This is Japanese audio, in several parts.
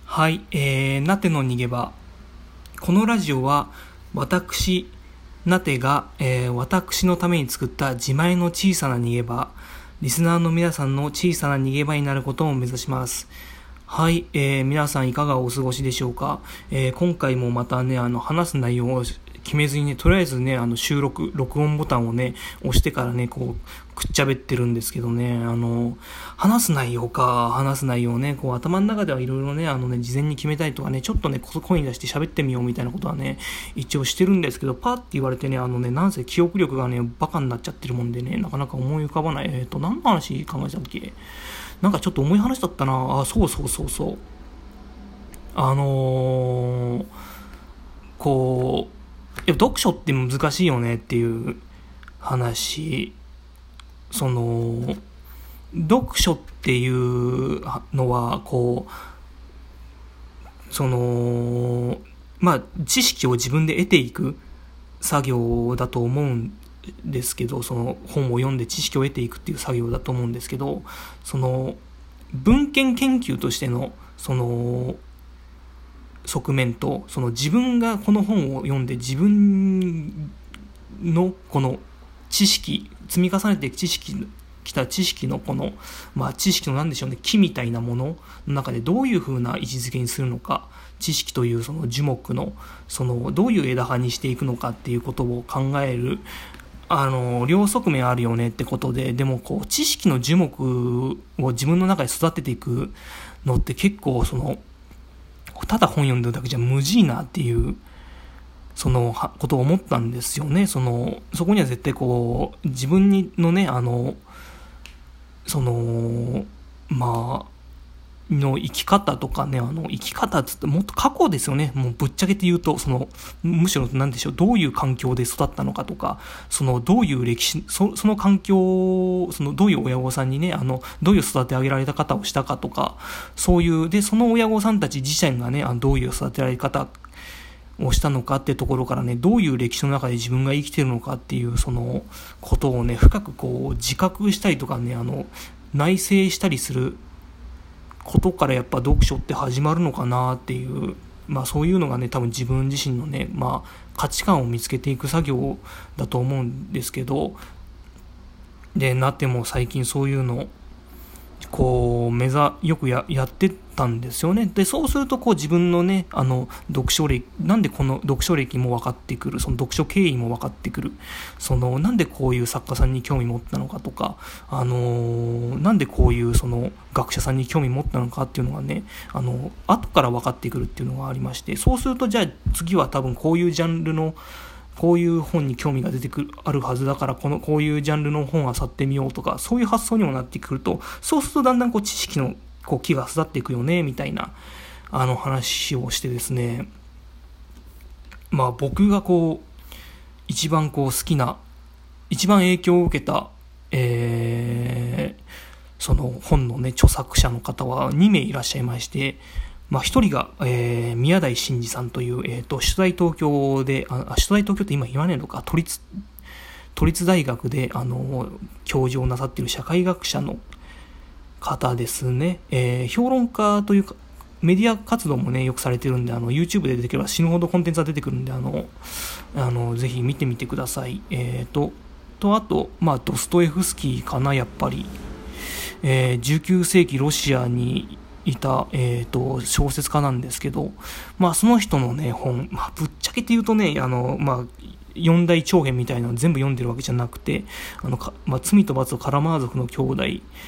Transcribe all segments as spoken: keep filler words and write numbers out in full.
はい、えー、なての逃げ場。このラジオは私なてが、えー、私のために作った自前の小さな逃げ場、リスナーの皆さんの小さな逃げ場になることを目指します。はい、えー、皆さんいかがお過ごしでしょうか。えー、今回もまたね、あの話す内容を決めずにね、とりあえずね、あの収録録音ボタンをね押してからね、こうくっちゃべってるんですけどね、あの話す内容か話す内容ね、こう頭の中ではいろいろね、あのね事前に決めたいとかね、ちょっとね声に出して喋ってみようみたいなことはね一応してるんですけど、パーって言われてね、あのねなんせ記憶力がねバカになっちゃってるもんでね、なかなか思い浮かばない。えっと何の話考えたっけ。なんかちょっと重い話だったなあ。そうそうそうそう、あのー、こうやっぱ読書って難しいよねっていう話。その読書っていうのはこうそのまあ知識を自分で得ていく作業だと思うんですけど、その本を読んで知識を得ていくっていう作業だと思うんですけど、その文献研究としてのその側面と、その自分がこの本を読んで自分のこの知識積み重ねていく知識きた知識のこのまあ知識の何でしょうね、木みたいなものの中でどういう風な位置づけにするのか、知識というその樹木のそのどういう枝葉にしていくのかっていうことを考える、あの両側面あるよねってことで、でもこう知識の樹木を自分の中で育てていくのって結構そのただ本読んでるだけじゃ無事なっていうそのことを思ったんですよね。そのそこには絶対こう自分にのね、あのそのまあの生き方とかね、あの生き方つってもっと過去ですよね。もうぶっちゃけて言うと、そのむしろ何でしょう、どういう環境で育ったのかとか、そのどういう歴史、そ, その環境、そのどういう親御さんにね、あのどういう育て上げられた方をしたかとか、そういうでその親御さんたち自身がね、あのどういう育てられ方をしたのかっていうところからね、どういう歴史の中で自分が生きてるのかっていうそのことをね、深くこう自覚したりとかね、あの内省したりすることからやっぱ読書って始まるのかなっていう、まあそういうのがね、多分自分自身のね、まあ価値観を見つけていく作業だと思うんですけど、でなっても最近そういうのこう目ざよく や, やってたんですよね。でそうするとこう自分のね、あの読書歴、なんでこの読書歴も分かってくる、その読書経緯も分かってくる、そのなんでこういう作家さんに興味持ったのかとか、あのー、なんでこういうその学者さんに興味持ったのかっていうのがね、あの後から分かってくるっていうのがありまして、そうするとじゃあ次は多分こういうジャンルのこういう本に興味が出てくるあるはずだから、このこういうジャンルの本は去ってみようとか、そういう発想にもなってくると、そうするとだんだんこう知識のこう木が育っていくよねみたいなあの話をしてですね、まあ僕がこう一番こう好きな、一番影響を受けた、えー、その本のね著作者の方はにめいいらっしゃいまして、まあ、一人が、えー、宮台真司さんという、えーと、首都大東京で、あ、首都大東京って今言わねえのか、都立、都立大学で、あの、教授をなさっている社会学者の方ですね。えー、評論家というか、メディア活動もね、よくされてるんで、あの、YouTube で出てくれば死ぬほどコンテンツが出てくるんで、あの、あの、ぜひ見てみてください。えーと、と、あと、まあ、ドストエフスキーかな、やっぱり。えー、じゅうきゅうせいきロシアに、いた、えー、と小説家なんですけど、まあ、その人の、ね、本、まあ、ぶっちゃけて言うとね、あの、まあ、四大長編みたいなの全部読んでるわけじゃなくて、あのか、まあ、罪と罰とカラマー族の兄弟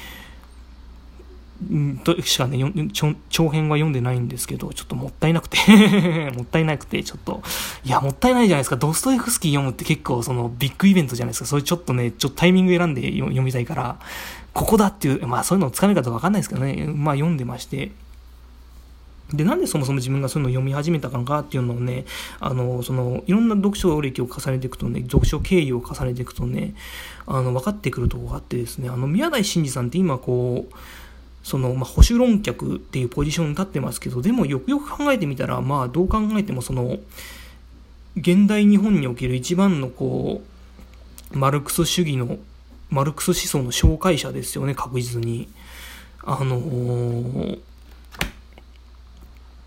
としかね長編は読んでないんですけど、ちょっともったいなくてもったいなくてちょっといやもったいないじゃないですか。ドストエフスキー読むって結構そのビッグイベントじゃないですか。それちょっとねちょっとタイミング選んで読みたいから、ここだっていう、まあそういうのをつかめるかどうか分かんないですけどね、まあ読んでまして、でなんでそもそも自分がそういうのを読み始めたのかっていうのをね、あのそのいろんな読書歴を重ねていくとね、読書経緯を重ねていくとね、あの分かってくるところがあってですね、あの宮台真司さんって今こうその、まあ、保守論客っていうポジションに立ってますけど、でもよくよく考えてみたら、まあどう考えてもその現代日本における一番のこうマルクス主義のマルクス思想の紹介者ですよね、確実に。あのー、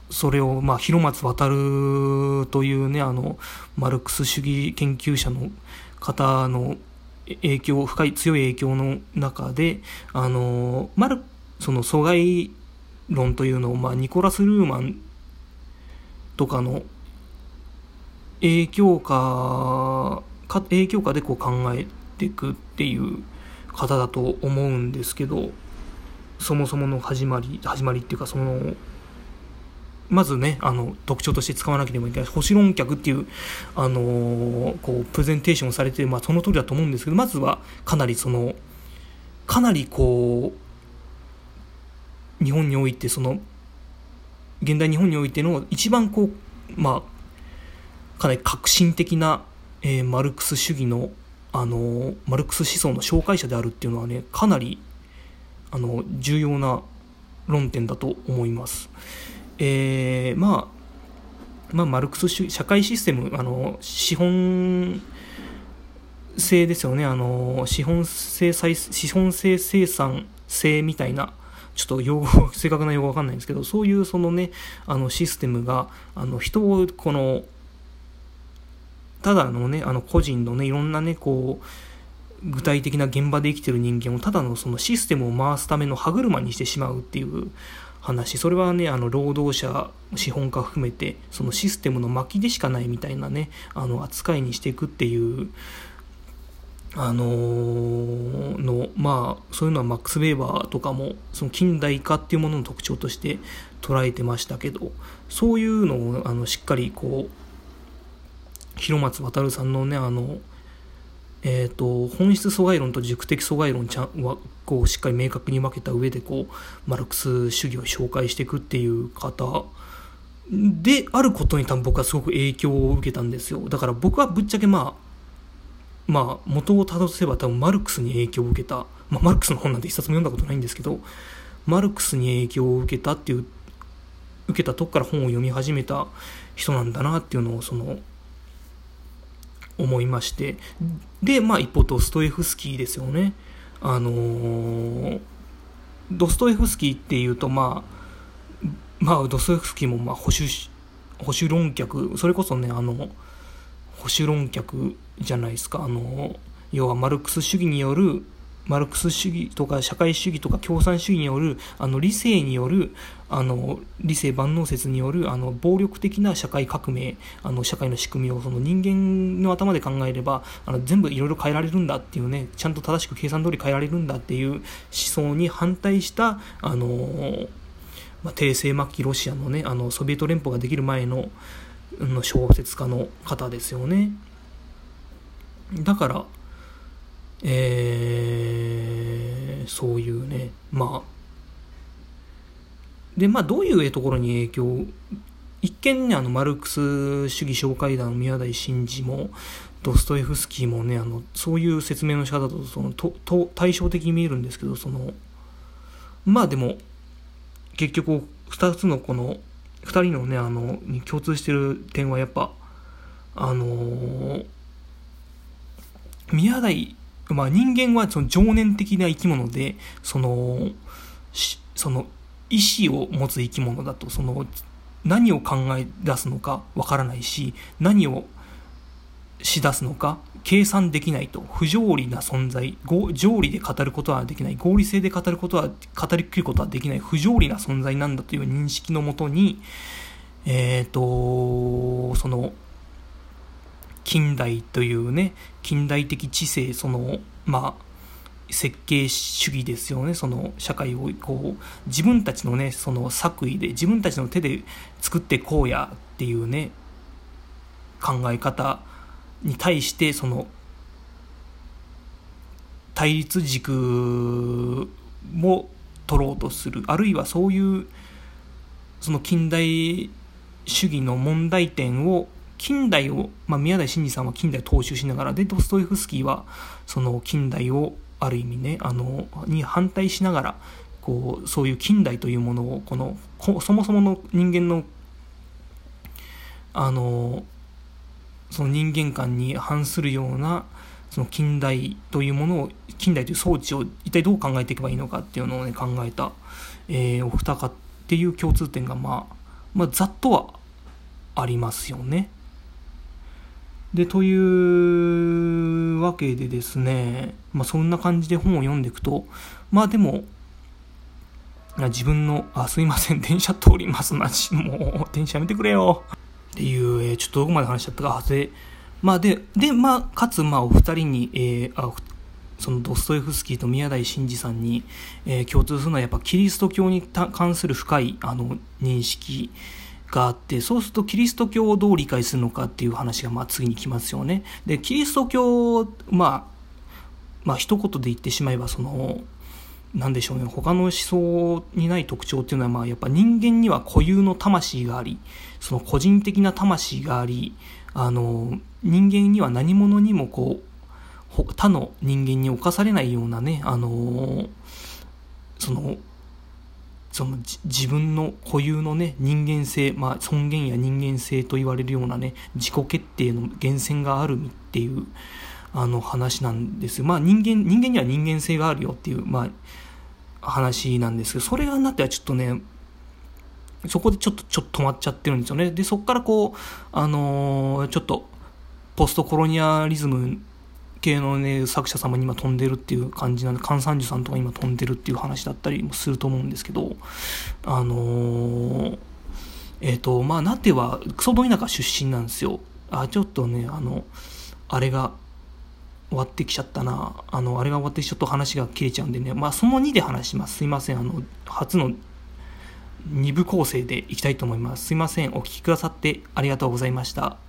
それを、まあ、広松渡というね、あの、マルクス主義研究者の方の影響、深い強い影響の中で、あの、マル、その疎外論というのを、まあ、ニコラス・ルーマンとかの影響下、か影響下でこう考えていくっていう方だと思うんですけど、そもそもの始まり、始まりっていうか、その、まずね、あの特徴として使わなければいけない保守論客っていう、あのー、こうプレゼンテーションをされて、まあ、その通りだと思うんですけど、まずはかなりそのかなりこう日本においてその現代日本においての一番こう、まあ、かなり革新的な、えー、マルクス主義の、あのー、マルクス思想の紹介者であるっていうのはね、かなりあの重要な論点だと思います。えー、まあ、まあ、マルクス主義、社会システム、あの、資本制ですよね、あの、資本制、資本制生産性みたいな、ちょっと用語、正確な用語わかんないんですけど、そういうそのね、あの、システムが、あの、人を、この、ただのね、あの、個人のね、いろんなね、こう、具体的な現場で生きてる人間をただのそのシステムを回すための歯車にしてしまうっていう話、それはね、あの労働者資本家含めてそのシステムの巻きでしかないみたいなね、あの扱いにしていくっていうあのー、のまあそういうのはマックス・ウェーバーとかもその近代化っていうものの特徴として捉えてましたけど、そういうのをあのしっかりこう広松渡さんのね、あのえー、と本質疎外論と軸的疎外論ちゃんはこうしっかり明確に分けた上でこうマルクス主義を紹介していくっていう方であることに多分僕はすごく影響を受けたんですよ。だから僕はぶっちゃけまあまあ元をたどせば多分マルクスに影響を受けた、まあ、マルクスの本なんて一冊も読んだことないんですけど、マルクスに影響を受けたっていう受けたとこから本を読み始めた人なんだなっていうのをその思いまして、でまあ一方ドストエフスキーですよね。あのー、ドストエフスキーっていうとまあまあドストエフスキーもまあ保守保守論客、それこそねあの保守論客じゃないですか。あの要はマルクス主義によるマルクス主義とか社会主義とか共産主義によるあの理性によるあの理性万能説によるあの暴力的な社会革命、あの社会の仕組みをその人間の頭で考えればあの全部いろいろ変えられるんだっていうね、ちゃんと正しく計算通り変えられるんだっていう思想に反対したあの、まあ、帝政末期ロシアのね、あのソビエト連邦ができる前の、あの小説家の方ですよね。だからえー、そういうね、まあでまあどういうところに影響、一見ねあのマルクス主義紹介団の宮台真司もドストエフスキーもね、あのそういう説明の仕方だとそのとと対照的に見えるんですけど、そのまあでも結局ふたつのこのふたりのねあのに共通してる点はやっぱあのー、宮台まあ、人間はその情念的な生き物で、その、その意志を持つ生き物だと、その何を考え出すのかわからないし、何をし出すのか計算できないと、不条理な存在、条理で語ることはできない、合理性で語ることは、語りきることはできない不条理な存在なんだという認識のもとに、えっと、その、近代というね、近代的知性、そのまあ設計主義ですよね。その社会をこう自分たちのねその作為で自分たちの手で作ってこうやっていうね考え方に対して、その対立軸を取ろうとする、あるいはそういうその近代主義の問題点を近代を、まあ、宮台真司さんは近代を踏襲しながらで、ドストエフスキーはその近代をある意味ねあのに反対しながらこうそういう近代というものをこのそもそもの人間のあのその人間観に反するようなその近代というものを近代という装置を一体どう考えていけばいいのかっていうのをね考えた、えー、お二方っていう共通点がまあまあ、ざっとはありますよね。で、というわけでですね、まあ、そんな感じで本を読んでいくと、まあでも、自分の、あ、すいません、電車通りますな、もう、電車やめてくれよ。っていう、えー、ちょっとどこまで話しちゃったか。で、まあで、で、まあ、かつ、まあ、お二人に、えー、あ、そのドストエフスキーと宮台真司さんに、えー、共通するのはやっぱキリスト教に関する深いあの認識があって、そうするとキリスト教をどう理解するのかっていう話がまあ次に来ますよね。で、キリスト教、まあ、まあ一言で言ってしまえばその、なんでしょうね、他の思想にない特徴っていうのは、まあやっぱ人間には固有の魂があり、その個人的な魂があり、あの人間には何者にもこう他の人間に侵されないようなね、あのー、そのその自分の固有のね人間性、まあ、尊厳や人間性と言われるようなね自己決定の源泉があるっていうあの話なんですよ。まあ人間人間には人間性があるよっていうまあ話なんですけど、それがなってはちょっとねそこでちょっとちょっと止まっちゃってるんですよね。でそこからこうあのー、ちょっとポストコロニアリズム系のね作者様に今飛んでるっていう感じなんで、菅三樹さんとか今飛んでるっていう話だったりもすると思うんですけど、あのー、えっ、ー、とまあナテはクソど田舎出身なんですよ。あちょっとねあのあれが終わってきちゃったなあのあれが終わってちょっと話が切れちゃうんでね、まあそのにで話します。すいません、あの初のに部構成でいきたいと思います。すいません、お聞きくださってありがとうございました。